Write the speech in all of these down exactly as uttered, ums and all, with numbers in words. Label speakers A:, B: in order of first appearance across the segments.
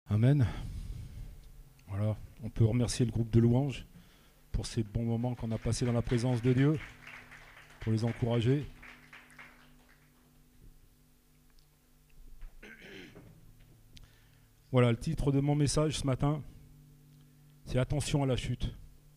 A: Amen. Voilà, on peut remercier le groupe de louanges pour ces bons moments qu'on a passés dans la présence de Dieu, pour les encourager. Voilà, le titre de mon message ce matin, c'est « Attention à la chute ».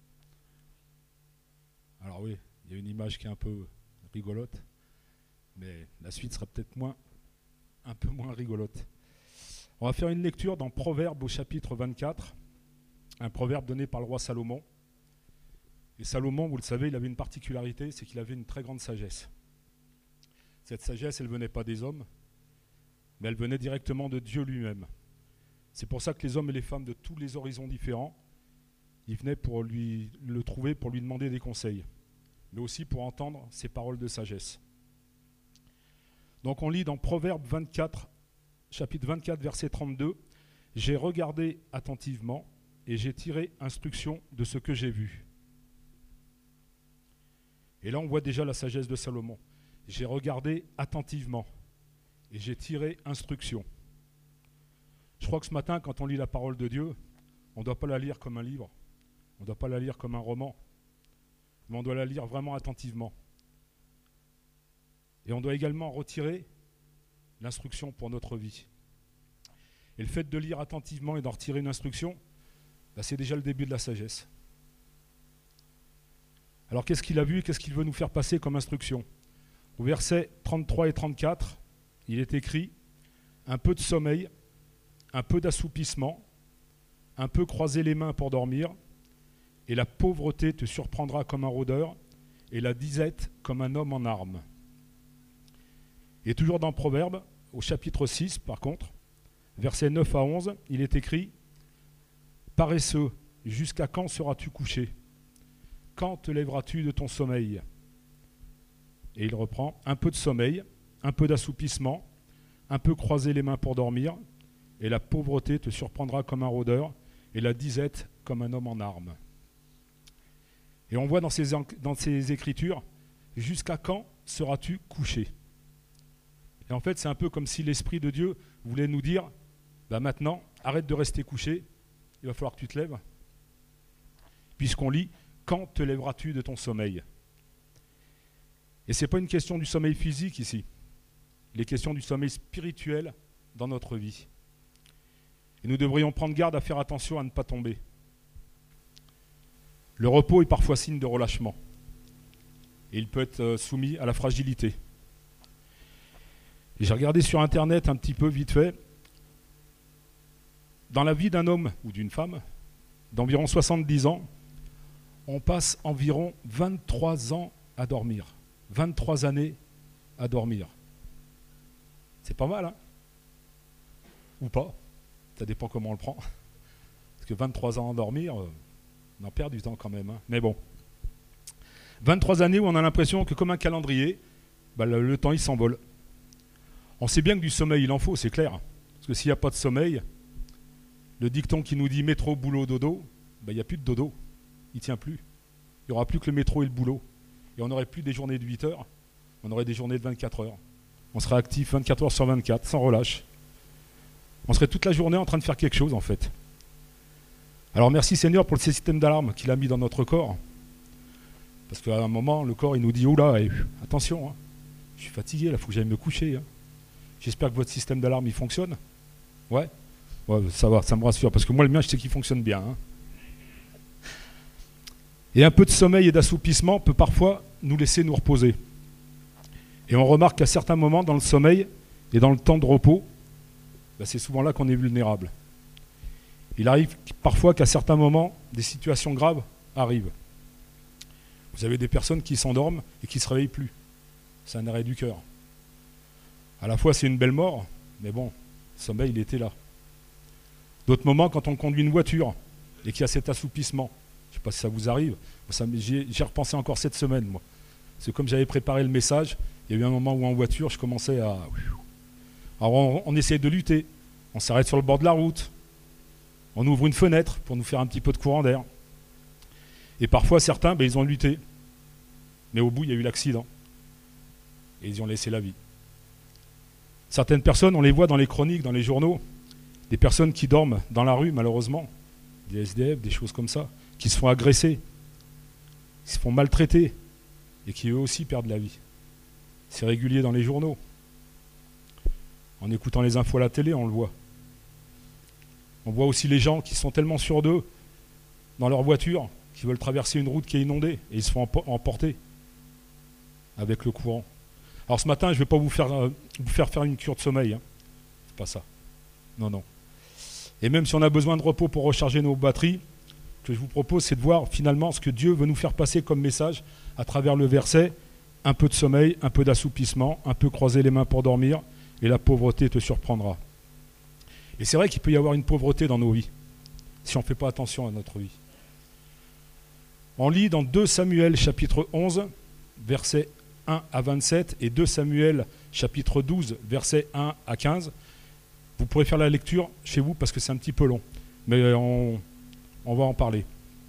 A: Alors oui, il y a une image qui est un peu rigolote, mais la suite sera peut-être moins, un peu moins rigolote. On va faire une lecture dans Proverbes au chapitre vingt-quatre, un proverbe donné par le roi Salomon. Et Salomon, vous le savez, il avait une particularité, c'est qu'il avait une très grande sagesse. Cette sagesse, elle ne venait pas des hommes, mais elle venait directement de Dieu lui-même. C'est pour ça que les hommes et les femmes de tous les horizons différents, ils venaient pour lui, le trouver, pour lui demander des conseils, mais aussi pour entendre ses paroles de sagesse. Donc on lit dans Proverbes vingt-quatre, chapitre vingt-quatre, verset trente-deux, « J'ai regardé attentivement et j'ai tiré instruction de ce que j'ai vu. » Et là on voit déjà la sagesse de Salomon. « J'ai regardé attentivement et j'ai tiré instruction. » Je crois que ce matin, quand on lit la parole de Dieu, on ne doit pas la lire comme un livre, on ne doit pas la lire comme un roman, mais on doit la lire vraiment attentivement. Et on doit également retirer l'instruction pour notre vie. Et le fait de lire attentivement et d'en retirer une instruction, bah c'est déjà le début de la sagesse. Alors qu'est-ce qu'il a vu et qu'est-ce qu'il veut nous faire passer comme instruction? Au verset trente-trois et trente-quatre, il est écrit « Un peu de sommeil, un peu d'assoupissement, un peu croiser les mains pour dormir, et la pauvreté te surprendra comme un rôdeur, et la disette comme un homme en armes. » Et toujours dans Proverbes, au chapitre six, par contre, versets neuf à onze, il est écrit « Paresseux, jusqu'à quand seras-tu couché? Quand te lèveras-tu de ton sommeil ?» Et il reprend « Un peu de sommeil, un peu d'assoupissement, un peu croiser les mains pour dormir, et la pauvreté te surprendra comme un rôdeur, et la disette comme un homme en armes. » Et on voit dans ces, dans ces écritures « Jusqu'à quand seras-tu couché ?» Et en fait, c'est un peu comme si l'Esprit de Dieu voulait nous dire bah maintenant, arrête de rester couché, il va falloir que tu te lèves. Puisqu'on lit « Quand te lèveras-tu de ton sommeil ?» Et ce n'est pas une question du sommeil physique ici, il est question du sommeil spirituel dans notre vie. Et nous devrions prendre garde à faire attention à ne pas tomber. Le repos est parfois signe de relâchement. Et il peut être soumis à la fragilité. Et j'ai regardé sur Internet un petit peu vite fait. Dans la vie d'un homme ou d'une femme, d'environ soixante-dix ans, on passe environ vingt-trois ans à dormir. vingt-trois années à dormir. C'est pas mal, hein? Ou pas? Ça dépend comment on le prend. Parce que vingt-trois ans à dormir, on en perd du temps quand même. Hein. Mais bon. vingt-trois années où on a l'impression que comme un calendrier, bah, le, le temps il s'envole. On sait bien que du sommeil il en faut, c'est clair. Parce que s'il n'y a pas de sommeil, le dicton qui nous dit métro, boulot, dodo, bah, il n'y a plus de dodo. Il ne tient plus. Il n'y aura plus que le métro et le boulot. Et on n'aurait plus des journées de huit heures, on aurait des journées de vingt-quatre heures. On serait actif vingt-quatre heures sur vingt-quatre, sans relâche. On serait toute la journée en train de faire quelque chose, en fait. Alors merci Seigneur pour le système d'alarme qu'il a mis dans notre corps. Parce qu'à un moment, le corps, il nous dit « Oh là, eh, attention, hein, je suis fatigué, là, il faut que j'aille me coucher. Hein. J'espère que votre système d'alarme, il fonctionne. » Ouais, ouais, ça va, ça me rassure. Parce que moi, le mien, je sais qu'il fonctionne bien. Hein. Et un peu de sommeil et d'assoupissement peut parfois nous laisser nous reposer. Et on remarque qu'à certains moments, dans le sommeil et dans le temps de repos, ben c'est souvent là qu'on est vulnérable. Il arrive parfois qu'à certains moments, des situations graves arrivent. Vous avez des personnes qui s'endorment et qui ne se réveillent plus. C'est un arrêt du cœur. À la fois, c'est une belle mort, mais bon, le sommeil, il était là. D'autres moments, quand on conduit une voiture et qu'il y a cet assoupissement, je ne sais pas si ça vous arrive, j'ai repensé encore cette semaine, moi. C'est comme j'avais préparé le message, il y a eu un moment où en voiture, je commençais à... Alors on, on essaye de lutter, on s'arrête sur le bord de la route, on ouvre une fenêtre pour nous faire un petit peu de courant d'air. Et parfois, certains, ben, ils ont lutté. Mais au bout, il y a eu l'accident. Et ils y ont laissé la vie. Certaines personnes, on les voit dans les chroniques, dans les journaux, des personnes qui dorment dans la rue, malheureusement, des S D F, des choses comme ça, qui se font agresser, qui se font maltraiter, et qui eux aussi perdent la vie. C'est régulier dans les journaux. En écoutant les infos à la télé, on le voit. On voit aussi les gens qui sont tellement sûrs d'eux, dans leur voiture, qui veulent traverser une route qui est inondée, et ils se font emporter avec le courant. Alors ce matin, je ne vais pas vous faire, euh, vous faire faire une cure de sommeil. Hein. C'est pas ça. Non, non. Et même si on a besoin de repos pour recharger nos batteries, ce que je vous propose, c'est de voir finalement ce que Dieu veut nous faire passer comme message à travers le verset. Un peu de sommeil, un peu d'assoupissement, un peu croiser les mains pour dormir, et la pauvreté te surprendra. Et c'est vrai qu'il peut y avoir une pauvreté dans nos vies, si on ne fait pas attention à notre vie. On lit dans deux Samuel chapitre onze, versets un à vingt-sept, et deux Samuel chapitre douze, versets un à quinze. Vous pourrez faire la lecture chez vous parce que c'est un petit peu long, mais on, on va en parler.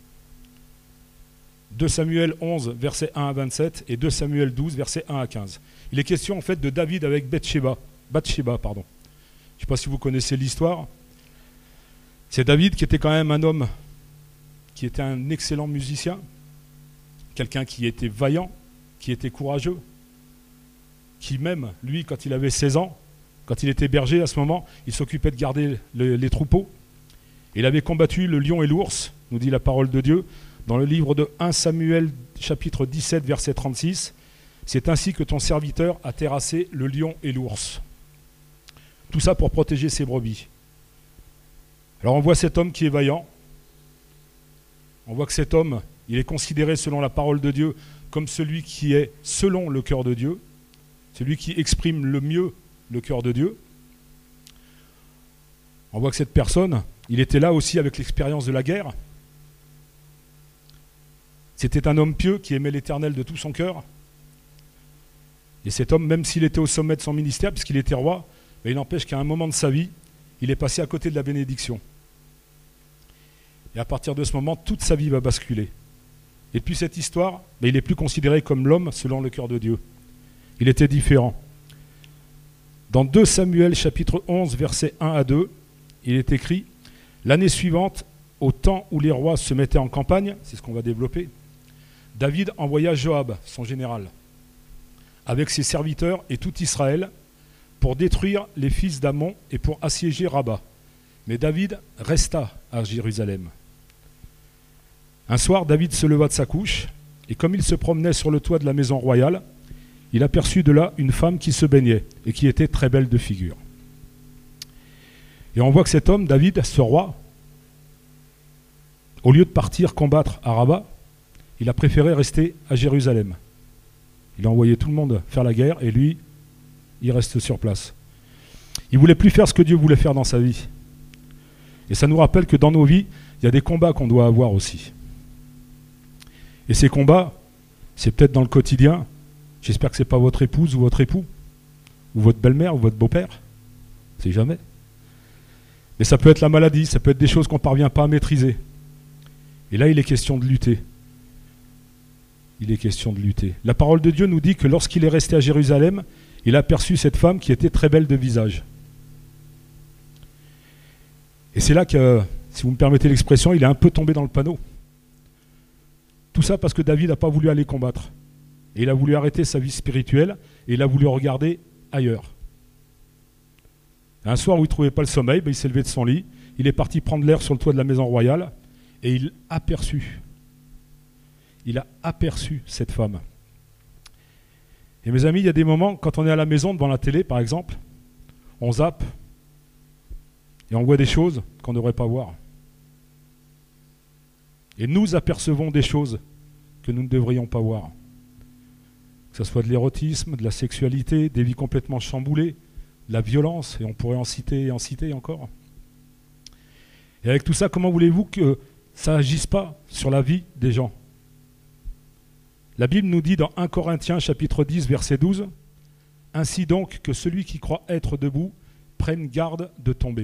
A: deux Samuel onze, versets un à vingt-sept, et deux Samuel douze, versets un à quinze. Il est question en fait de David avec Bathsheba. Bathsheba, pardon. Je ne sais pas si vous connaissez l'histoire. C'est David qui était quand même un homme qui était un excellent musicien, quelqu'un qui était vaillant, qui était courageux, qui même, lui, quand il avait seize ans, quand il était berger à ce moment, il s'occupait de garder le, les troupeaux. Il avait combattu le lion et l'ours, nous dit la parole de Dieu, dans le livre de un Samuel, chapitre dix-sept, verset trente-six. C'est ainsi que ton serviteur a terrassé le lion et l'ours. Tout ça pour protéger ses brebis. Alors on voit cet homme qui est vaillant. On voit que cet homme, il est considéré selon la parole de Dieu comme celui qui est selon le cœur de Dieu, celui qui exprime le mieux le cœur de Dieu. On voit que cette personne, il était là aussi avec l'expérience de la guerre. C'était un homme pieux qui aimait l'Éternel de tout son cœur. Et cet homme, même s'il était au sommet de son ministère, puisqu'il était roi, mais il n'empêche qu'à un moment de sa vie, il est passé à côté de la bénédiction. Et à partir de ce moment, toute sa vie va basculer. Et depuis cette histoire, mais il n'est plus considéré comme l'homme selon le cœur de Dieu. Il était différent. Dans deux Samuel chapitre onze, versets un à deux, il est écrit « L'année suivante, au temps où les rois se mettaient en campagne, c'est ce qu'on va développer, David envoya Joab, son général, avec ses serviteurs et tout Israël, pour détruire les fils d'Ammon et pour assiéger Rabat. Mais David resta à Jérusalem. Un soir, David se leva de sa couche, et comme il se promenait sur le toit de la maison royale, il aperçut de là une femme qui se baignait, et qui était très belle de figure. Et on voit que cet homme, David, ce roi, au lieu de partir combattre à Rabat, il a préféré rester à Jérusalem. Il a envoyé tout le monde faire la guerre, et lui, il reste sur place. Il ne voulait plus faire ce que Dieu voulait faire dans sa vie. Et ça nous rappelle que dans nos vies, il y a des combats qu'on doit avoir aussi. Et ces combats, c'est peut-être dans le quotidien. J'espère que ce n'est pas votre épouse ou votre époux, ou votre belle-mère ou votre beau-père. C'est jamais. Mais ça peut être la maladie, ça peut être des choses qu'on ne parvient pas à maîtriser. Et là, il est question de lutter. Il est question de lutter. La parole de Dieu nous dit que lorsqu'il est resté à Jérusalem, il a aperçu cette femme qui était très belle de visage. Et c'est là que, si vous me permettez l'expression, il est un peu tombé dans le panneau. Tout ça parce que David n'a pas voulu aller combattre. Et il a voulu arrêter sa vie spirituelle et il a voulu regarder ailleurs. Un soir où il ne trouvait pas le sommeil, ben il s'est levé de son lit, il est parti prendre l'air sur le toit de la maison royale et il a aperçu, il a aperçu cette femme. Et mes amis, il y a des moments, quand on est à la maison devant la télé par exemple, on zappe et on voit des choses qu'on ne devrait pas voir. Et nous apercevons des choses que nous ne devrions pas voir. Que ce soit de l'érotisme, de la sexualité, des vies complètement chamboulées, de la violence, et on pourrait en citer et en citer encore. Et avec tout ça, comment voulez-vous que ça n'agisse pas sur la vie des gens? La Bible nous dit dans un Corinthiens chapitre dix, verset douze, « Ainsi donc que celui qui croit être debout prenne garde de tomber. »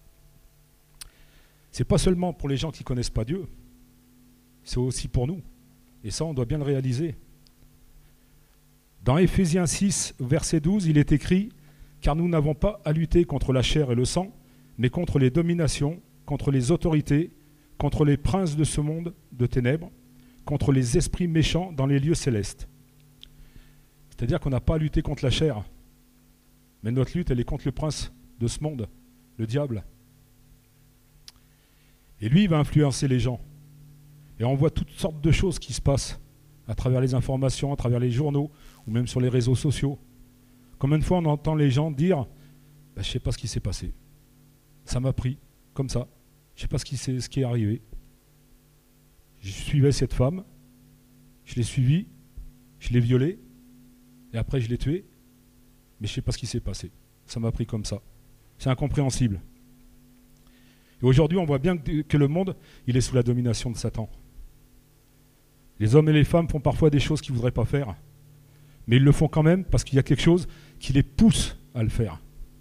A: Ce n'est pas seulement pour les gens qui ne connaissent pas Dieu, c'est aussi pour nous. Et ça, on doit bien le réaliser. Dans Éphésiens six, verset douze, il est écrit « Car nous n'avons pas à lutter contre la chair et le sang, mais contre les dominations, contre les autorités, contre les princes de ce monde de ténèbres, contre les esprits méchants dans les lieux célestes. C'est-à-dire qu'on n'a pas à lutter contre la chair, mais notre lutte, elle est contre le prince de ce monde, le diable. Et lui, il va influencer les gens. Et on voit toutes sortes de choses qui se passent à travers les informations, à travers les journaux, ou même sur les réseaux sociaux. Combien de fois on entend les gens dire bah, « je ne sais pas ce qui s'est passé. Ça m'a pris, comme ça. Je ne sais pas ce qui, est, ce qui est arrivé. Je suivais cette femme, je l'ai suivie, je l'ai violée, et après je l'ai tuée, mais je ne sais pas ce qui s'est passé. Ça m'a pris comme ça. » C'est incompréhensible. Et aujourd'hui, on voit bien que, que le monde, il est sous la domination de Satan. Les hommes et les femmes font parfois des choses qu'ils ne voudraient pas faire, mais ils le font quand même parce qu'il y a quelque chose qui les pousse à le faire.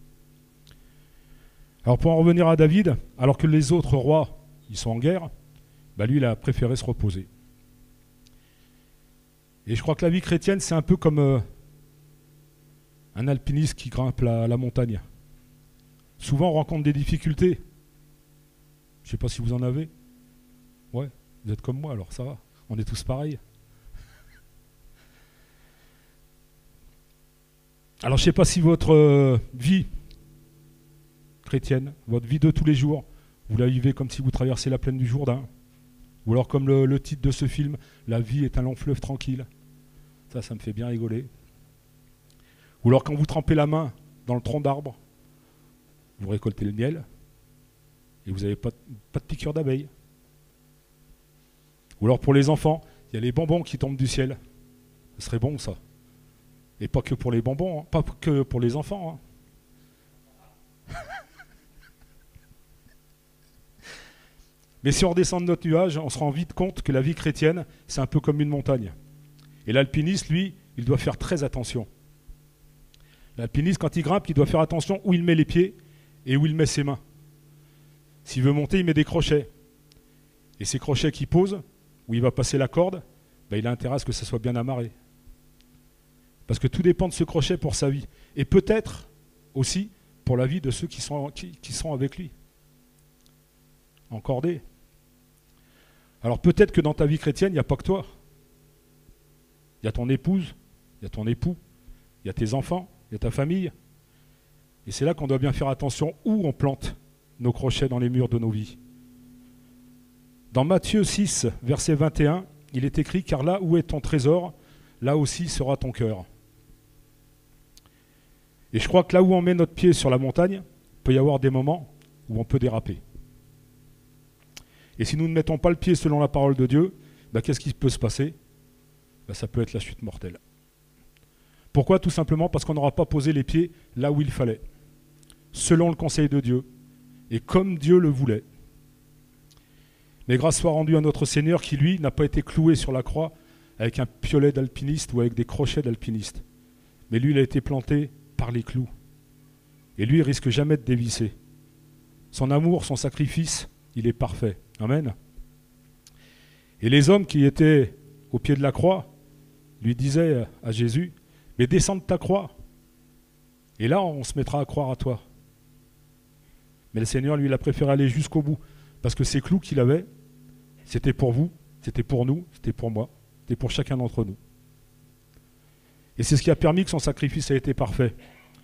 A: Alors pour en revenir à David, alors que les autres rois, ils sont en guerre, bah lui, il a préféré se reposer. Et je crois que la vie chrétienne, c'est un peu comme euh, un alpiniste qui grimpe la, la montagne. Souvent, on rencontre des difficultés. Je ne sais pas si vous en avez. Ouais, vous êtes comme moi, alors ça va. On est tous pareils. Alors, je ne sais pas si votre euh, vie chrétienne, votre vie de tous les jours, vous la vivez comme si vous traversiez la plaine du Jourdain. Ou alors comme le, le titre de ce film, « La vie est un long fleuve tranquille ». Ça, ça me fait bien rigoler. Ou alors quand vous trempez la main dans le tronc d'arbre, vous récoltez le miel et vous n'avez pas, pas de piqûre d'abeille. Ou alors pour les enfants, il y a les bonbons qui tombent du ciel. Ce serait bon ça. Et pas que pour les bonbons, hein, pas que pour les enfants. Hein. Mais si on redescend de notre nuage, on se rend vite compte que la vie chrétienne, c'est un peu comme une montagne. Et l'alpiniste, lui, il doit faire très attention. L'alpiniste, quand il grimpe, il doit faire attention où il met les pieds et où il met ses mains. S'il veut monter, il met des crochets. Et ces crochets qu'il pose, où il va passer la corde, ben, il a intérêt à ce que ça soit bien amarré. Parce que tout dépend de ce crochet pour sa vie. Et peut-être aussi pour la vie de ceux qui sont, qui, qui sont avec lui. Encordés. Alors peut-être que dans ta vie chrétienne, il n'y a pas que toi. Il y a ton épouse, il y a ton époux, il y a tes enfants, il y a ta famille. Et c'est là qu'on doit bien faire attention où on plante nos crochets dans les murs de nos vies. Dans Matthieu six, verset vingt et un, il est écrit « Car là où est ton trésor, là aussi sera ton cœur. » Et je crois que là où on met notre pied sur la montagne, il peut y avoir des moments où on peut déraper. Et si nous ne mettons pas le pied selon la parole de Dieu, ben qu'est-ce qui peut se passer? Ben ça peut être la chute mortelle. Pourquoi? Tout simplement parce qu'on n'aura pas posé les pieds là où il fallait, selon le conseil de Dieu, et comme Dieu le voulait. Mais grâce soit rendue à notre Seigneur qui, lui, n'a pas été cloué sur la croix avec un piolet d'alpiniste ou avec des crochets d'alpiniste. Mais lui, il a été planté par les clous. Et lui, il risque jamais de dévisser. Son amour, son sacrifice, il est parfait. Amen. Et les hommes qui étaient au pied de la croix lui disaient à Jésus, « Mais descends de ta croix, et là on se mettra à croire à toi. » Mais le Seigneur, lui, il a préféré aller jusqu'au bout, parce que ces clous qu'il avait, c'était pour vous, c'était pour nous, c'était pour moi, c'était pour chacun d'entre nous. Et c'est ce qui a permis que son sacrifice ait été parfait.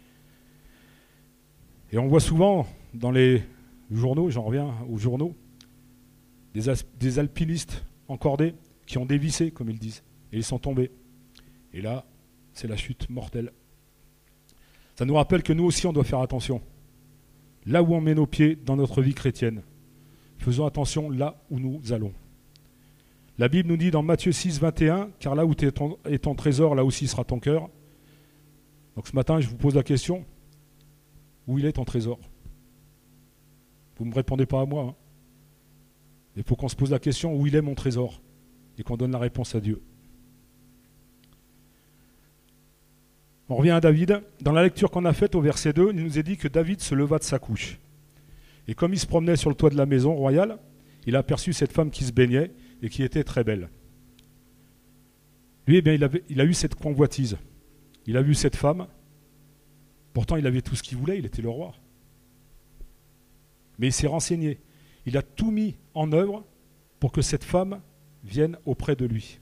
A: Et on voit souvent dans les journaux, j'en reviens aux journaux, des, des alpinistes encordés qui ont dévissé, comme ils disent, et ils sont tombés. Et là, c'est la chute mortelle. Ça nous rappelle que nous aussi, on doit faire attention. Là où on met nos pieds dans notre vie chrétienne, faisons attention là où nous allons. La Bible nous dit dans Matthieu six, vingt et un, « Car là où est ton, est ton trésor, là aussi sera ton cœur. » Donc ce matin, je vous pose la question, où il est ton trésor? Vous ne me répondez pas à moi. Hein. Il faut qu'on se pose la question, où il est mon trésor? Et qu'on donne la réponse à Dieu. On revient à David. Dans la lecture qu'on a faite au verset deux, il nous est dit que David se leva de sa couche. Et comme il se promenait sur le toit de la maison royale, il a aperçu cette femme qui se baignait et qui était très belle. Lui, eh bien, il, avait, il a eu cette convoitise. Il a vu cette femme. Pourtant, il avait tout ce qu'il voulait, il était le roi. Mais il s'est renseigné. Il a tout mis en œuvre pour que cette femme vienne auprès de lui.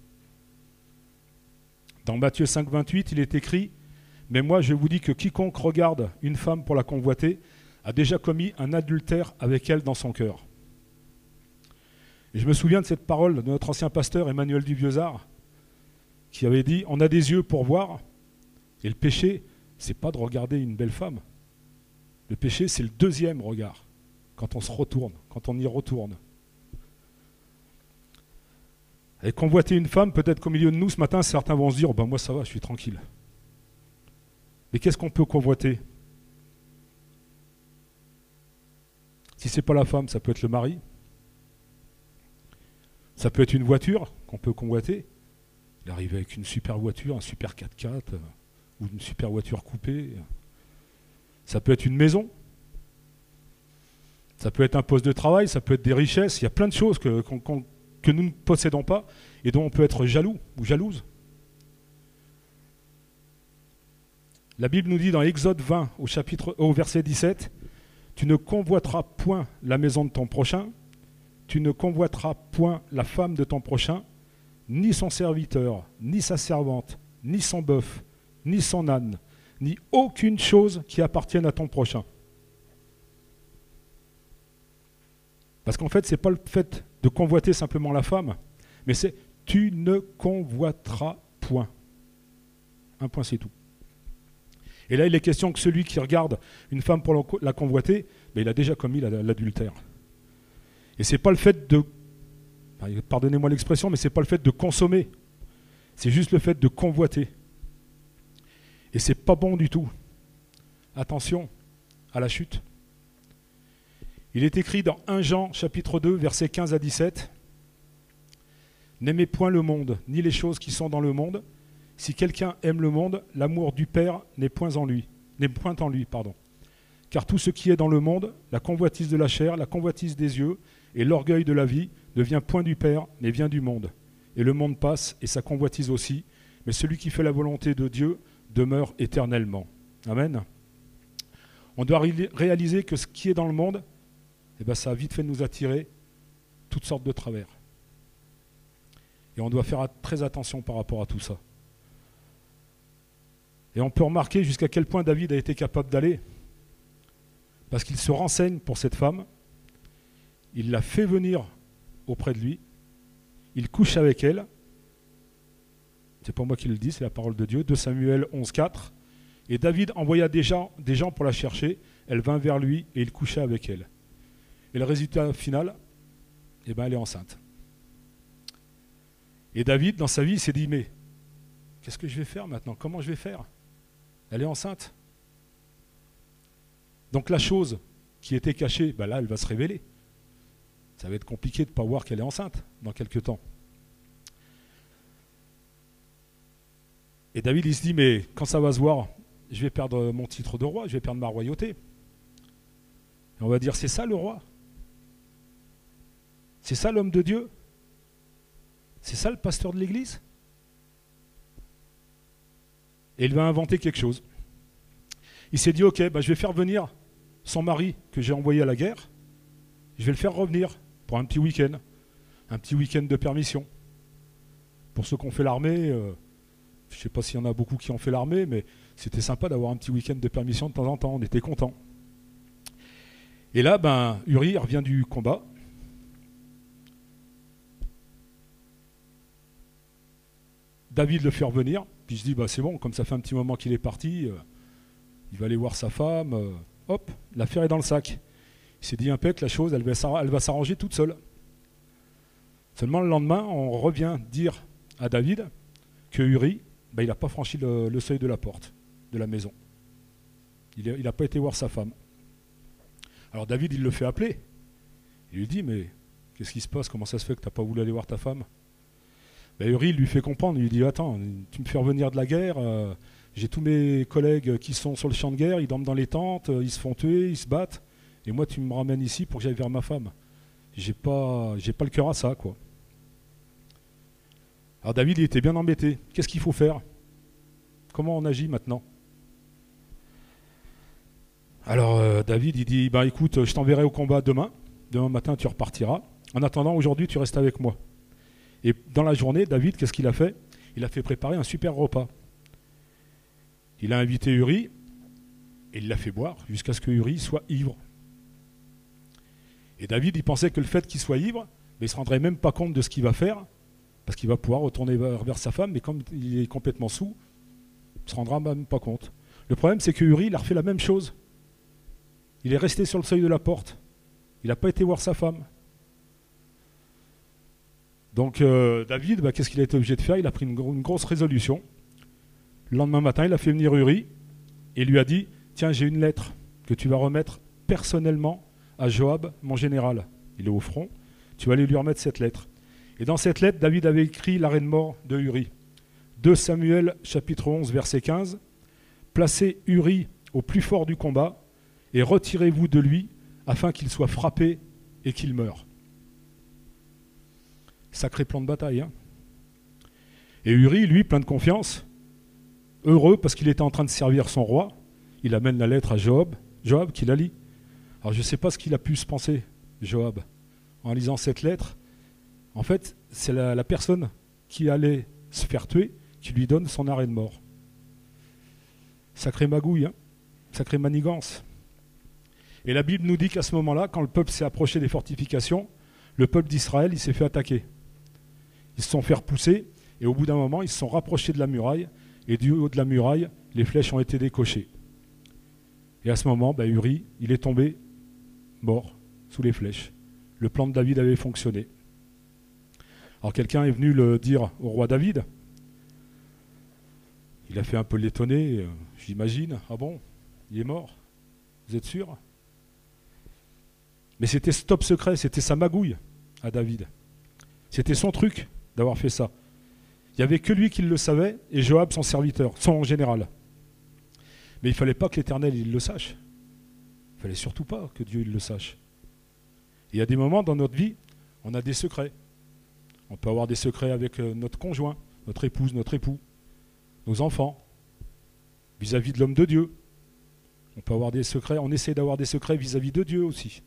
A: Dans Matthieu cinq, vingt-huit, il est écrit « Mais moi, je vous dis que quiconque regarde une femme pour la convoiter a déjà commis un adultère avec elle dans son cœur. » Et je me souviens de cette parole de notre ancien pasteur Emmanuel Duvieusard qui avait dit « On a des yeux pour voir, et le péché, c'est pas de regarder une belle femme. Le péché, c'est le deuxième regard, quand on se retourne, quand on y retourne. » Et convoiter une femme, peut-être qu'au milieu de nous ce matin, certains vont se dire oh ben moi ça va, je suis tranquille. Mais qu'est-ce qu'on peut convoiter? Si ce n'est pas la femme, ça peut être le mari. Ça peut être une voiture qu'on peut convoiter. Il arrive avec une super voiture, un super quatre-quatre, euh, ou une super voiture coupée. Ça peut être une maison. Ça peut être un poste de travail, ça peut être des richesses. Il y a plein de choses que, qu'on, qu'on, que nous ne possédons pas et dont on peut être jaloux ou jalouse. La Bible nous dit dans Exode vingt, au, chapitre, au verset dix-sept, « Tu ne convoiteras point la maison de ton prochain, tu ne convoiteras point la femme de ton prochain, ni son serviteur, ni sa servante, ni son bœuf, ni son âne, ni aucune chose qui appartienne à ton prochain. » Parce qu'en fait, ce n'est pas le fait de convoiter simplement la femme, mais c'est « tu ne convoiteras point ». Un point, c'est tout. Et là, il est question que celui qui regarde une femme pour la convoiter, ben, il a déjà commis l'adultère. Et ce n'est pas le fait de, pardonnez-moi l'expression, mais ce n'est pas le fait de consommer, c'est juste le fait de convoiter. Et ce n'est pas bon du tout. Attention à la chute. Il est écrit dans premier Jean, chapitre deux, versets quinze à dix-sept, « N'aimez point le monde, ni les choses qui sont dans le monde. Si quelqu'un aime le monde, l'amour du Père n'est point en lui, n'est point en lui, pardon. Car tout ce qui est dans le monde, la convoitise de la chair, la convoitise des yeux et l'orgueil de la vie, ne vient point du Père, mais vient du monde. Et le monde passe, et sa convoitise aussi, mais celui qui fait la volonté de Dieu demeure éternellement. » Amen. On doit réaliser que ce qui est dans le monde, eh ben, ça a vite fait nous attirer toutes sortes de travers. Et on doit faire très attention par rapport à tout ça. Et on peut remarquer jusqu'à quel point David a été capable d'aller. Parce qu'il se renseigne pour cette femme, il la fait venir auprès de lui, il couche avec elle. C'est pas moi qui le dis, c'est la parole de Dieu, deux Samuel onze, quatre. Et David envoya des gens, des gens pour la chercher, elle vint vers lui et il coucha avec elle. Et le résultat final, eh ben, elle est enceinte. Et David, dans sa vie, il s'est dit, mais qu'est-ce que je vais faire maintenant? Comment je vais faire? Elle est enceinte. Donc la chose qui était cachée, ben là, elle va se révéler. Ça va être compliqué de ne pas voir qu'elle est enceinte dans quelques temps. Et David, il se dit, mais quand ça va se voir, je vais perdre mon titre de roi, je vais perdre ma royauté. Et on va dire, c'est ça le roi? C'est ça l'homme de Dieu? C'est ça le pasteur de l'église? Et il va inventer quelque chose. Il s'est dit, ok, bah, je vais faire venir son mari que j'ai envoyé à la guerre, je vais le faire revenir pour un petit week-end, un petit week-end de permission. Pour ceux qui ont fait l'armée, euh, je ne sais pas s'il y en a beaucoup qui ont fait l'armée, mais c'était sympa d'avoir un petit week-end de permission de temps en temps, on était contents. Et là, ben, Uri revient du combat. David le fait revenir, puis je dis, bah, c'est bon, comme ça fait un petit moment qu'il est parti, euh, il va aller voir sa femme, euh, hop, l'affaire est dans le sac. Il s'est dit, impec, la chose, elle va, elle va s'arranger toute seule. Seulement le lendemain, on revient dire à David que Uri, bah, il n'a pas franchi le, le seuil de la porte, de la maison. Il n'a pas été voir sa femme. Alors David, il le fait appeler. Il lui dit, mais qu'est-ce qui se passe? Comment ça se fait que tu n'as pas voulu aller voir ta femme? Ben, Uri lui fait comprendre, il lui dit, attends, tu me fais revenir de la guerre, euh, j'ai tous mes collègues qui sont sur le champ de guerre, ils dorment dans les tentes, ils se font tuer, ils se battent, et moi tu me ramènes ici pour que j'aille vers ma femme. J'ai pas, j'ai pas le cœur à ça, quoi. Alors David, il était bien embêté. Qu'est-ce qu'il faut faire? Comment on agit maintenant? Alors euh, David, il dit, bah, écoute, je t'enverrai au combat demain. Demain matin, tu repartiras. En attendant, aujourd'hui, tu restes avec moi. Et dans la journée, David, qu'est-ce qu'il a fait? Il a fait préparer un super repas. Il a invité Uri et il l'a fait boire jusqu'à ce que Uri soit ivre. Et David, il pensait que le fait qu'il soit ivre, mais il ne se rendrait même pas compte de ce qu'il va faire, parce qu'il va pouvoir retourner vers, vers sa femme, mais comme il est complètement saoul, il ne se rendra même pas compte. Le problème, c'est que Uri, il a refait la même chose. Il est resté sur le seuil de la porte. Il n'a pas été voir sa femme. Donc euh, David, bah, qu'est-ce qu'il a été obligé de faire? Il a pris une, gro- une grosse résolution. Le lendemain matin, il a fait venir Uri et lui a dit, tiens, j'ai une lettre que tu vas remettre personnellement à Joab, mon général. Il est au front. Tu vas aller lui remettre cette lettre. Et dans cette lettre, David avait écrit l'arrêt de mort de Uri. deux Samuel, chapitre onze, verset quinze. Placez Uri au plus fort du combat et retirez-vous de lui afin qu'il soit frappé et qu'il meure. Sacré plan de bataille. Hein. Et Uri, lui, plein de confiance, heureux parce qu'il était en train de servir son roi, il amène la lettre à Joab, Joab qui la lit. Alors je ne sais pas ce qu'il a pu se penser, Joab, en lisant cette lettre. En fait, c'est la, la personne qui allait se faire tuer qui lui donne son arrêt de mort. Sacré magouille, hein, sacré manigance. Et la Bible nous dit qu'à ce moment-là, quand le peuple s'est approché des fortifications, le peuple d'Israël, il s'est fait attaquer. Ils se sont fait repousser, et au bout d'un moment, ils se sont rapprochés de la muraille, et du haut de la muraille, les flèches ont été décochées. Et à ce moment, bah, Uri, il est tombé mort sous les flèches. Le plan de David avait fonctionné. Alors quelqu'un est venu le dire au roi David. Il a fait un peu l'étonner, euh, j'imagine. Ah bon, il est mort? Vous êtes sûr? Mais c'était ce top secret, c'était sa magouille à David. C'était son truc d'avoir fait ça. Il n'y avait que lui qui le savait et Joab son serviteur, son général. Mais il ne fallait pas que l'Éternel il le sache. Il ne fallait surtout pas que Dieu il le sache. Et il y a des moments dans notre vie, on a des secrets. On peut avoir des secrets avec notre conjoint, notre épouse, notre époux, nos enfants, vis-à-vis de l'homme de Dieu. On peut avoir des secrets, on essaie d'avoir des secrets vis-à-vis de Dieu aussi.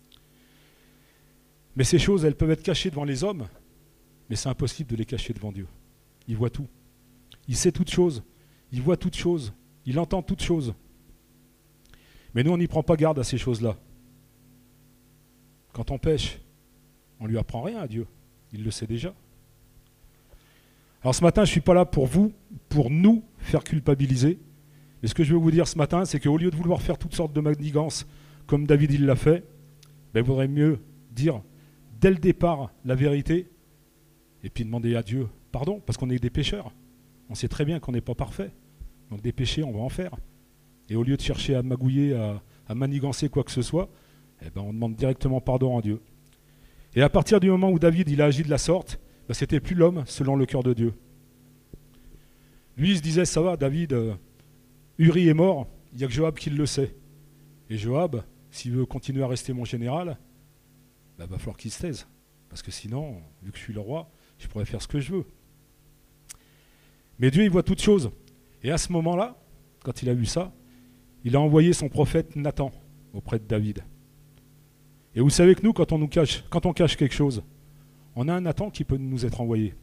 A: Mais ces choses, elles peuvent être cachées devant les hommes, mais c'est impossible de les cacher devant Dieu. Il voit tout. Il sait toutes choses. Il voit toutes choses. Il entend toutes choses. Mais nous, on n'y prend pas garde à ces choses-là. Quand on pêche, on ne lui apprend rien à Dieu. Il le sait déjà. Alors ce matin, je ne suis pas là pour vous, pour nous faire culpabiliser. Mais ce que je veux vous dire ce matin, c'est qu'au lieu de vouloir faire toutes sortes de manigances, comme David il l'a fait, ben, il vaudrait mieux dire dès le départ la vérité et puis demander à Dieu pardon, parce qu'on est des pécheurs. On sait très bien qu'on n'est pas parfait. Donc des péchés, on va en faire. Et au lieu de chercher à magouiller, à, à manigancer quoi que ce soit, eh ben, on demande directement pardon à Dieu. Et à partir du moment où David il a agi de la sorte, ben, c'était plus l'homme selon le cœur de Dieu. Lui, il se disait, ça va, David, euh, Uri est mort, il n'y a que Joab qui le sait. Et Joab, s'il veut continuer à rester mon général, il ben, va falloir qu'il se taise. Parce que sinon, vu que je suis le roi, je pourrais faire ce que je veux. Mais Dieu, il voit toutes choses. Et à ce moment-là, quand il a vu ça, il a envoyé son prophète Nathan auprès de David. Et vous savez que nous, quand on nous cache, quand on cache quelque chose, on a un Nathan qui peut nous être envoyé.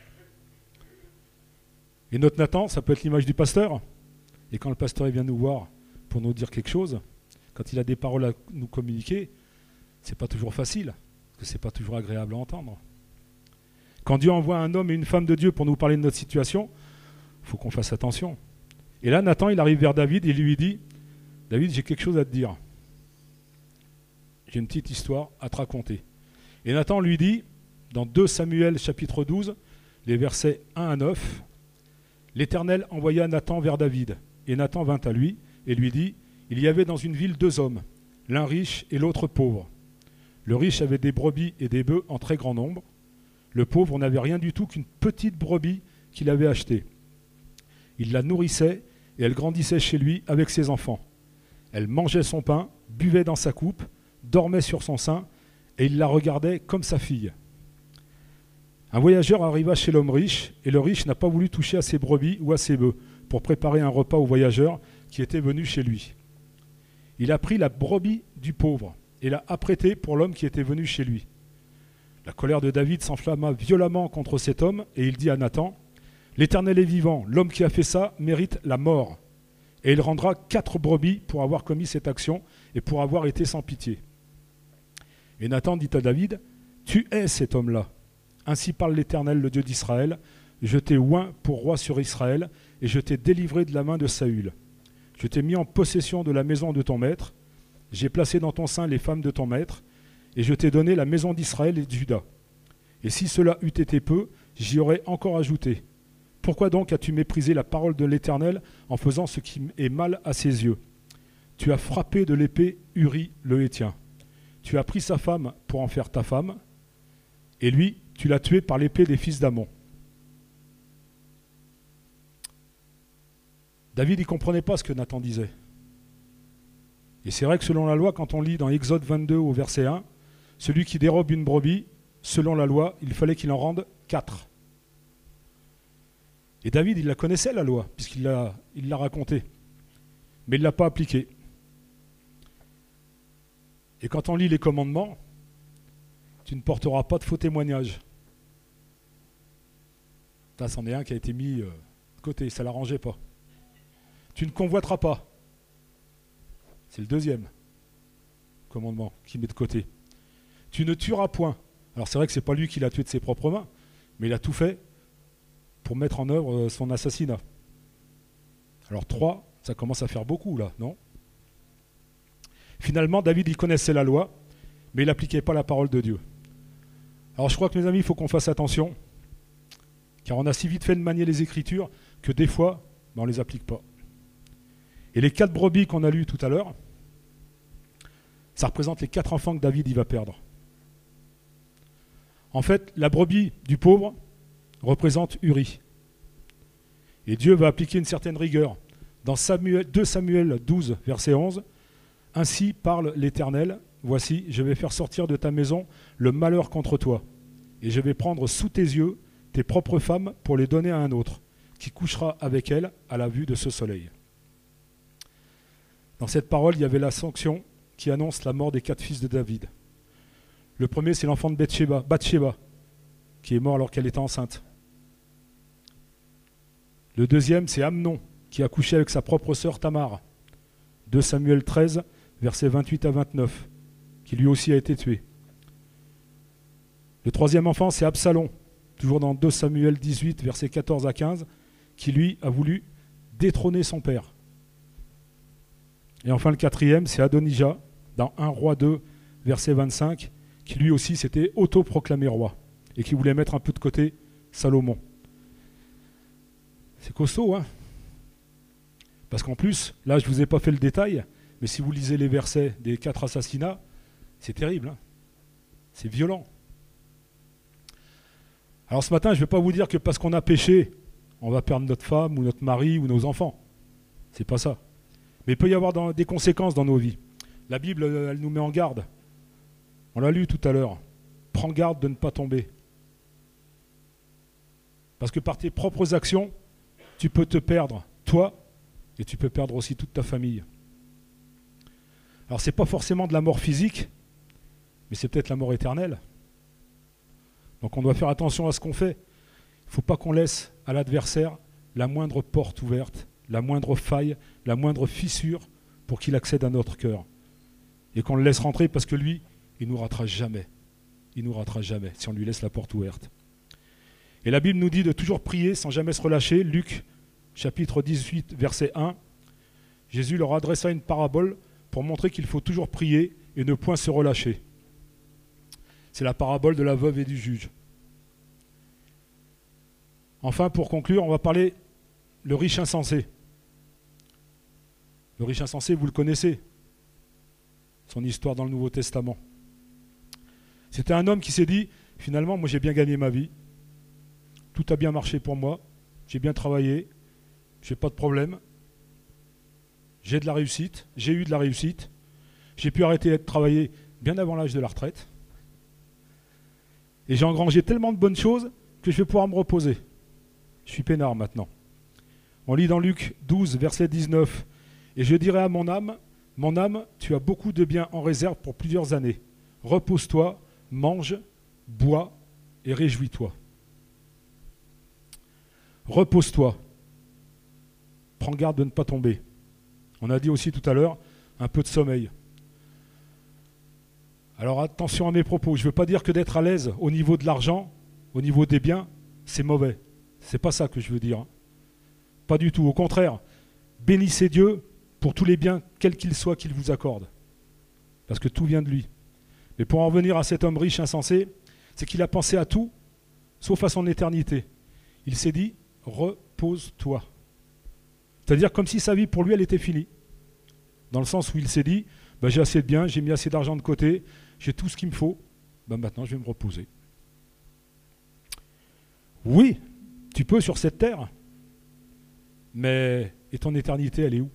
A: Et notre Nathan, ça peut être l'image du pasteur. Et quand le pasteur vient nous voir pour nous dire quelque chose, quand il a des paroles à nous communiquer, c'est pas toujours facile, parce que c'est pas toujours agréable à entendre. Quand Dieu envoie un homme et une femme de Dieu pour nous parler de notre situation, il faut qu'on fasse attention. Et là, Nathan, il arrive vers David et il lui dit, David, j'ai quelque chose à te dire. J'ai une petite histoire à te raconter. Et Nathan lui dit, dans deux Samuel chapitre douze, les versets un à neuf, l'Éternel envoya Nathan vers David. Et Nathan vint à lui et lui dit, il y avait dans une ville deux hommes, l'un riche et l'autre pauvre. Le riche avait des brebis et des bœufs en très grand nombre. Le pauvre n'avait rien du tout qu'une petite brebis qu'il avait achetée. Il la nourrissait et elle grandissait chez lui avec ses enfants. Elle mangeait son pain, buvait dans sa coupe, dormait sur son sein et il la regardait comme sa fille. Un voyageur arriva chez l'homme riche et le riche n'a pas voulu toucher à ses brebis ou à ses bœufs pour préparer un repas au voyageur qui était venu chez lui. Il a pris la brebis du pauvre et l'a apprêtée pour l'homme qui était venu chez lui. La colère de David s'enflamma violemment contre cet homme et il dit à Nathan, « L'Éternel est vivant, l'homme qui a fait ça mérite la mort. Et il rendra quatre brebis pour avoir commis cette action et pour avoir été sans pitié. » Et Nathan dit à David, « Tu es cet homme-là. Ainsi parle l'Éternel, le Dieu d'Israël. Je t'ai oint pour roi sur Israël et je t'ai délivré de la main de Saül. Je t'ai mis en possession de la maison de ton maître. J'ai placé dans ton sein les femmes de ton maître. Et je t'ai donné la maison d'Israël et de Juda. Et si cela eût été peu, j'y aurais encore ajouté. Pourquoi donc as-tu méprisé la parole de l'Éternel en faisant ce qui est mal à ses yeux? Tu as frappé de l'épée Uri le Héthien. Tu as pris sa femme pour en faire ta femme, et lui, tu l'as tué par l'épée des fils d'Amon. » David, il ne comprenait pas ce que Nathan disait. Et c'est vrai que selon la loi, quand on lit dans Exode vingt-deux au verset un, celui qui dérobe une brebis, selon la loi, il fallait qu'il en rende quatre. Et David, il la connaissait, la loi, puisqu'il l'a, il l'a racontée. Mais il ne l'a pas appliquée. Et quand on lit les commandements, tu ne porteras pas de faux témoignages. Ça, c'en est un qui a été mis euh, de côté, ça ne l'arrangeait pas. Tu ne convoiteras pas. C'est le deuxième commandement qui met de côté. Tu ne tueras point. Alors c'est vrai que ce n'est pas lui qui l'a tué de ses propres mains, mais il a tout fait pour mettre en œuvre son assassinat. Alors trois, ça commence à faire beaucoup là, non? Finalement, David, il connaissait la loi, mais il n'appliquait pas la parole de Dieu. Alors je crois que mes amis, il faut qu'on fasse attention, car on a si vite fait de manier les Écritures que des fois, ben, on ne les applique pas. Et les quatre brebis qu'on a lues tout à l'heure, ça représente les quatre enfants que David il va perdre. En fait, la brebis du pauvre représente Uri. Et Dieu va appliquer une certaine rigueur. Dans Samuel, deux Samuel douze, verset onze, « Ainsi parle l'Éternel, voici, je vais faire sortir de ta maison le malheur contre toi, et je vais prendre sous tes yeux tes propres femmes pour les donner à un autre, qui couchera avec elles à la vue de ce soleil. » Dans cette parole, il y avait la sanction qui annonce la mort des quatre fils de David. Le premier, c'est l'enfant de Bathsheba, Bathsheba, qui est mort alors qu'elle était enceinte. Le deuxième, c'est Amnon, qui a couché avec sa propre sœur Tamar. deux Samuel treize, versets vingt-huit à vingt-neuf, qui lui aussi a été tué. Le troisième enfant, c'est Absalom, toujours dans deux Samuel dix-huit, versets quatorze à quinze, qui lui a voulu détrôner son père. Et enfin le quatrième, c'est Adonijah, dans un roi deux, verset vingt-cinq, qui lui aussi s'était autoproclamé roi, et qui voulait mettre un peu de côté Salomon. C'est costaud, hein? Parce qu'en plus, là je ne vous ai pas fait le détail, mais si vous lisez les versets des quatre assassinats, c'est terrible, hein? C'est violent. Alors ce matin, je ne vais pas vous dire que parce qu'on a péché, on va perdre notre femme, ou notre mari, ou nos enfants. C'est pas ça. Mais il peut y avoir dans, des conséquences dans nos vies. La Bible, elle nous met en garde. On l'a lu tout à l'heure. Prends garde de ne pas tomber. Parce que par tes propres actions, tu peux te perdre, toi, et tu peux perdre aussi toute ta famille. Alors ce n'est pas forcément de la mort physique, mais c'est peut-être la mort éternelle. Donc on doit faire attention à ce qu'on fait. Il ne faut pas qu'on laisse à l'adversaire la moindre porte ouverte, la moindre faille, la moindre fissure pour qu'il accède à notre cœur. Et qu'on le laisse rentrer parce que lui, il ne nous ratera jamais. Il ne nous ratera jamais si on lui laisse la porte ouverte. Et la Bible nous dit de toujours prier sans jamais se relâcher. Luc, chapitre dix-huit, verset un. Jésus leur adressa une parabole pour montrer qu'il faut toujours prier et ne point se relâcher. C'est la parabole de la veuve et du juge. Enfin, pour conclure, on va parler le riche insensé. Le riche insensé, vous le connaissez. Son histoire dans le Nouveau Testament. C'était un homme qui s'est dit, finalement, moi j'ai bien gagné ma vie. Tout a bien marché pour moi. J'ai bien travaillé. J'ai pas de problème. J'ai de la réussite. J'ai eu de la réussite. J'ai pu arrêter de travailler bien avant l'âge de la retraite. Et j'ai engrangé tellement de bonnes choses que je vais pouvoir me reposer. Je suis peinard maintenant. On lit dans Luc douze, verset dix-neuf. « Et je dirai à mon âme, Mon âme, tu as beaucoup de biens en réserve pour plusieurs années. Repose-toi, mange, bois et réjouis-toi. Repose-toi. Prends garde de ne pas tomber. On a dit aussi tout à l'heure, un peu de sommeil. Alors attention à mes propos. Je ne veux pas dire que d'être à l'aise au niveau de l'argent, au niveau des biens, c'est mauvais. C'est pas ça que je veux dire. Pas du tout. Au contraire, bénissez Dieu pour tous les biens, quels qu'ils soient, qu'il vous accorde. Parce que tout vient de lui. Mais pour en revenir à cet homme riche insensé, c'est qu'il a pensé à tout, sauf à son éternité. Il s'est dit, repose-toi. C'est-à-dire comme si sa vie pour lui, elle était finie. Dans le sens où il s'est dit, bah, j'ai assez de biens, j'ai mis assez d'argent de côté, j'ai tout ce qu'il me faut, bah, maintenant je vais me reposer. Oui, tu peux sur cette terre, mais et ton éternité, elle est où?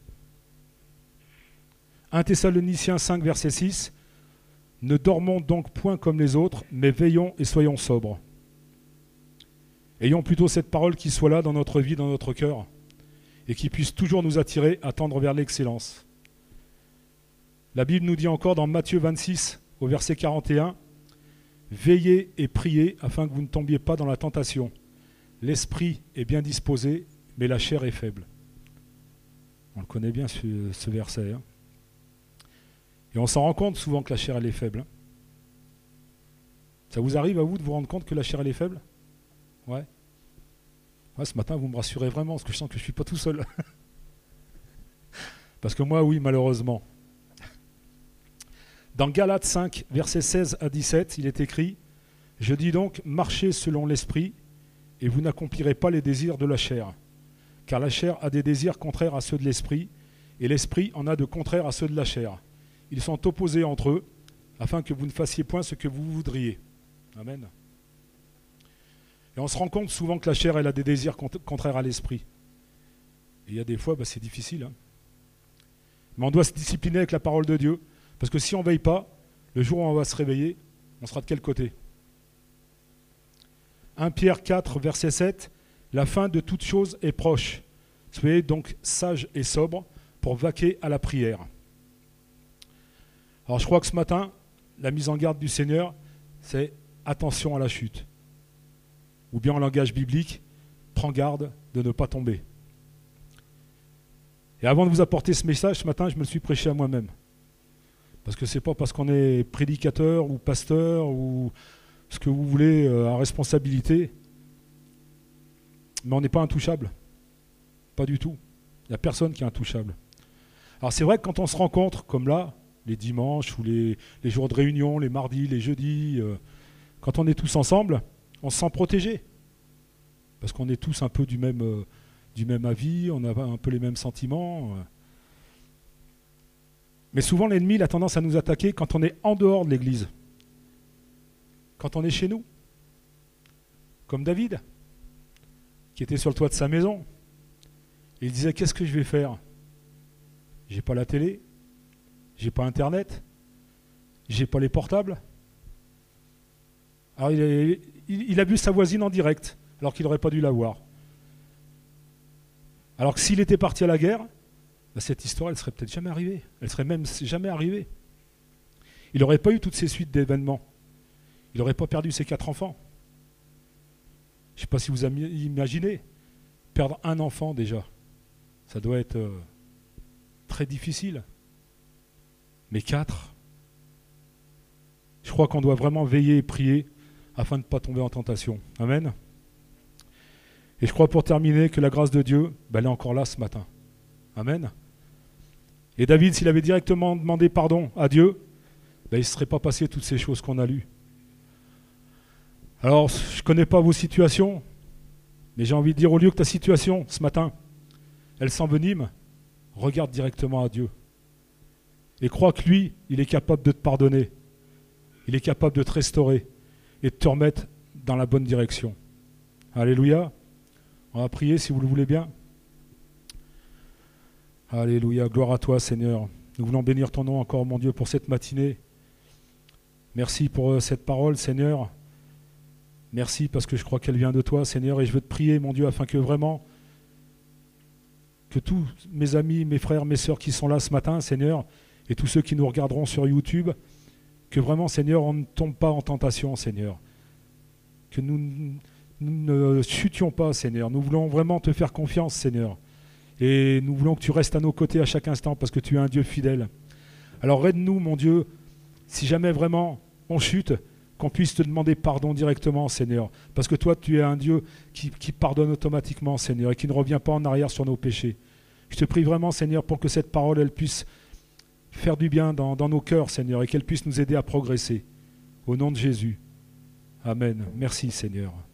A: un Thessaloniciens cinq, verset six, « Ne dormons donc point comme les autres, mais veillons et soyons sobres. » Ayons plutôt cette parole qui soit là dans notre vie, dans notre cœur, et qui puisse toujours nous attirer à tendre vers l'excellence. La Bible nous dit encore dans Matthieu vingt-six, au verset quarante et un, « Veillez et priez afin que vous ne tombiez pas dans la tentation. L'esprit est bien disposé, mais la chair est faible. » On le connaît bien ce, ce verset. Hein. Et on s'en rend compte souvent que la chair elle est faible. Hein. Ça vous arrive à vous de vous rendre compte que la chair elle est faible? Ouais. Ouais, ce matin vous me rassurez vraiment parce que je sens que je ne suis pas tout seul. Parce que moi oui, malheureusement. Dans Galates cinq, versets seize à dix-sept, il est écrit « Je dis donc, marchez selon l'esprit, et vous n'accomplirez pas les désirs de la chair. Car la chair a des désirs contraires à ceux de l'esprit, et l'esprit en a de contraires à ceux de la chair. Ils sont opposés entre eux, afin que vous ne fassiez point ce que vous voudriez. » Amen. Et on se rend compte souvent que la chair, elle a des désirs contraires à l'esprit. Et il y a des fois, bah, c'est difficile. Hein. Mais on doit se discipliner avec la parole de Dieu, parce que si on ne veille pas, le jour où on va se réveiller, on sera de quel côté? un Pierre quatre, verset sept, « La fin de toute chose est proche. Soyez donc sages et sobres pour vaquer à la prière. » Alors je crois que ce matin, la mise en garde du Seigneur, c'est attention à la chute. Ou bien en langage biblique, prends garde de ne pas tomber. Et avant de vous apporter ce message, ce matin, je me le suis prêché à moi-même. Parce que ce n'est pas parce qu'on est prédicateur ou pasteur ou ce que vous voulez euh, à responsabilité, mais on n'est pas intouchable. Pas du tout. Il n'y a personne qui est intouchable. Alors c'est vrai que quand on se rencontre, comme là, les dimanches ou les, les jours de réunion, les mardis, les jeudis, euh, quand on est tous ensemble, on se sent protégé. Parce qu'on est tous un peu du même, euh, du même avis, on a un peu les mêmes sentiments. Euh. Mais souvent l'ennemi il a tendance à nous attaquer quand on est en dehors de l'église. Quand on est chez nous. Comme David, qui était sur le toit de sa maison. Et il disait, qu'est-ce que je vais faire? J'ai pas la télé, j'ai pas internet, j'ai pas les portables. Alors il a, il, il a vu sa voisine en direct, alors qu'il n'aurait pas dû la voir. Alors que s'il était parti à la guerre, ben cette histoire, elle serait peut-être jamais arrivée. Elle serait même jamais arrivée. Il n'aurait pas eu toutes ces suites d'événements. Il n'aurait pas perdu ses quatre enfants. Je ne sais pas si vous imaginez, perdre un enfant déjà, ça doit être euh, très difficile. Mais quatre, je crois qu'on doit vraiment veiller et prier afin de ne pas tomber en tentation. Amen. Et je crois pour terminer que la grâce de Dieu, ben, elle est encore là ce matin. Amen. Et David, s'il avait directement demandé pardon à Dieu, ben, il ne serait pas passé toutes ces choses qu'on a lues. Alors, je ne connais pas vos situations, mais j'ai envie de dire, au lieu que ta situation, ce matin, elle s'envenime, regarde directement à Dieu. Et crois que lui, il est capable de te pardonner. Il est capable de te restaurer et de te remettre dans la bonne direction. Alléluia. On va prier si vous le voulez bien. Alléluia. Gloire à toi, Seigneur. Nous voulons bénir ton nom encore, mon Dieu, pour cette matinée. Merci pour cette parole, Seigneur. Merci parce que je crois qu'elle vient de toi, Seigneur, et je veux te prier, mon Dieu, afin que vraiment, que tous mes amis, mes frères, mes sœurs qui sont là ce matin, Seigneur, et tous ceux qui nous regarderont sur YouTube, que vraiment, Seigneur, on ne tombe pas en tentation, Seigneur. Que nous, nous ne chutions pas, Seigneur. Nous voulons vraiment te faire confiance, Seigneur. Et nous voulons que tu restes à nos côtés à chaque instant, parce que tu es un Dieu fidèle. Alors aide-nous, mon Dieu, si jamais vraiment on chute, qu'on puisse te demander pardon directement, Seigneur. Parce que toi, tu es un Dieu qui, qui pardonne automatiquement, Seigneur, et qui ne revient pas en arrière sur nos péchés. Je te prie vraiment, Seigneur, pour que cette parole, elle puisse faire du bien dans, dans nos cœurs, Seigneur, et qu'elle puisse nous aider à progresser. Au nom de Jésus. Amen. Merci, Seigneur.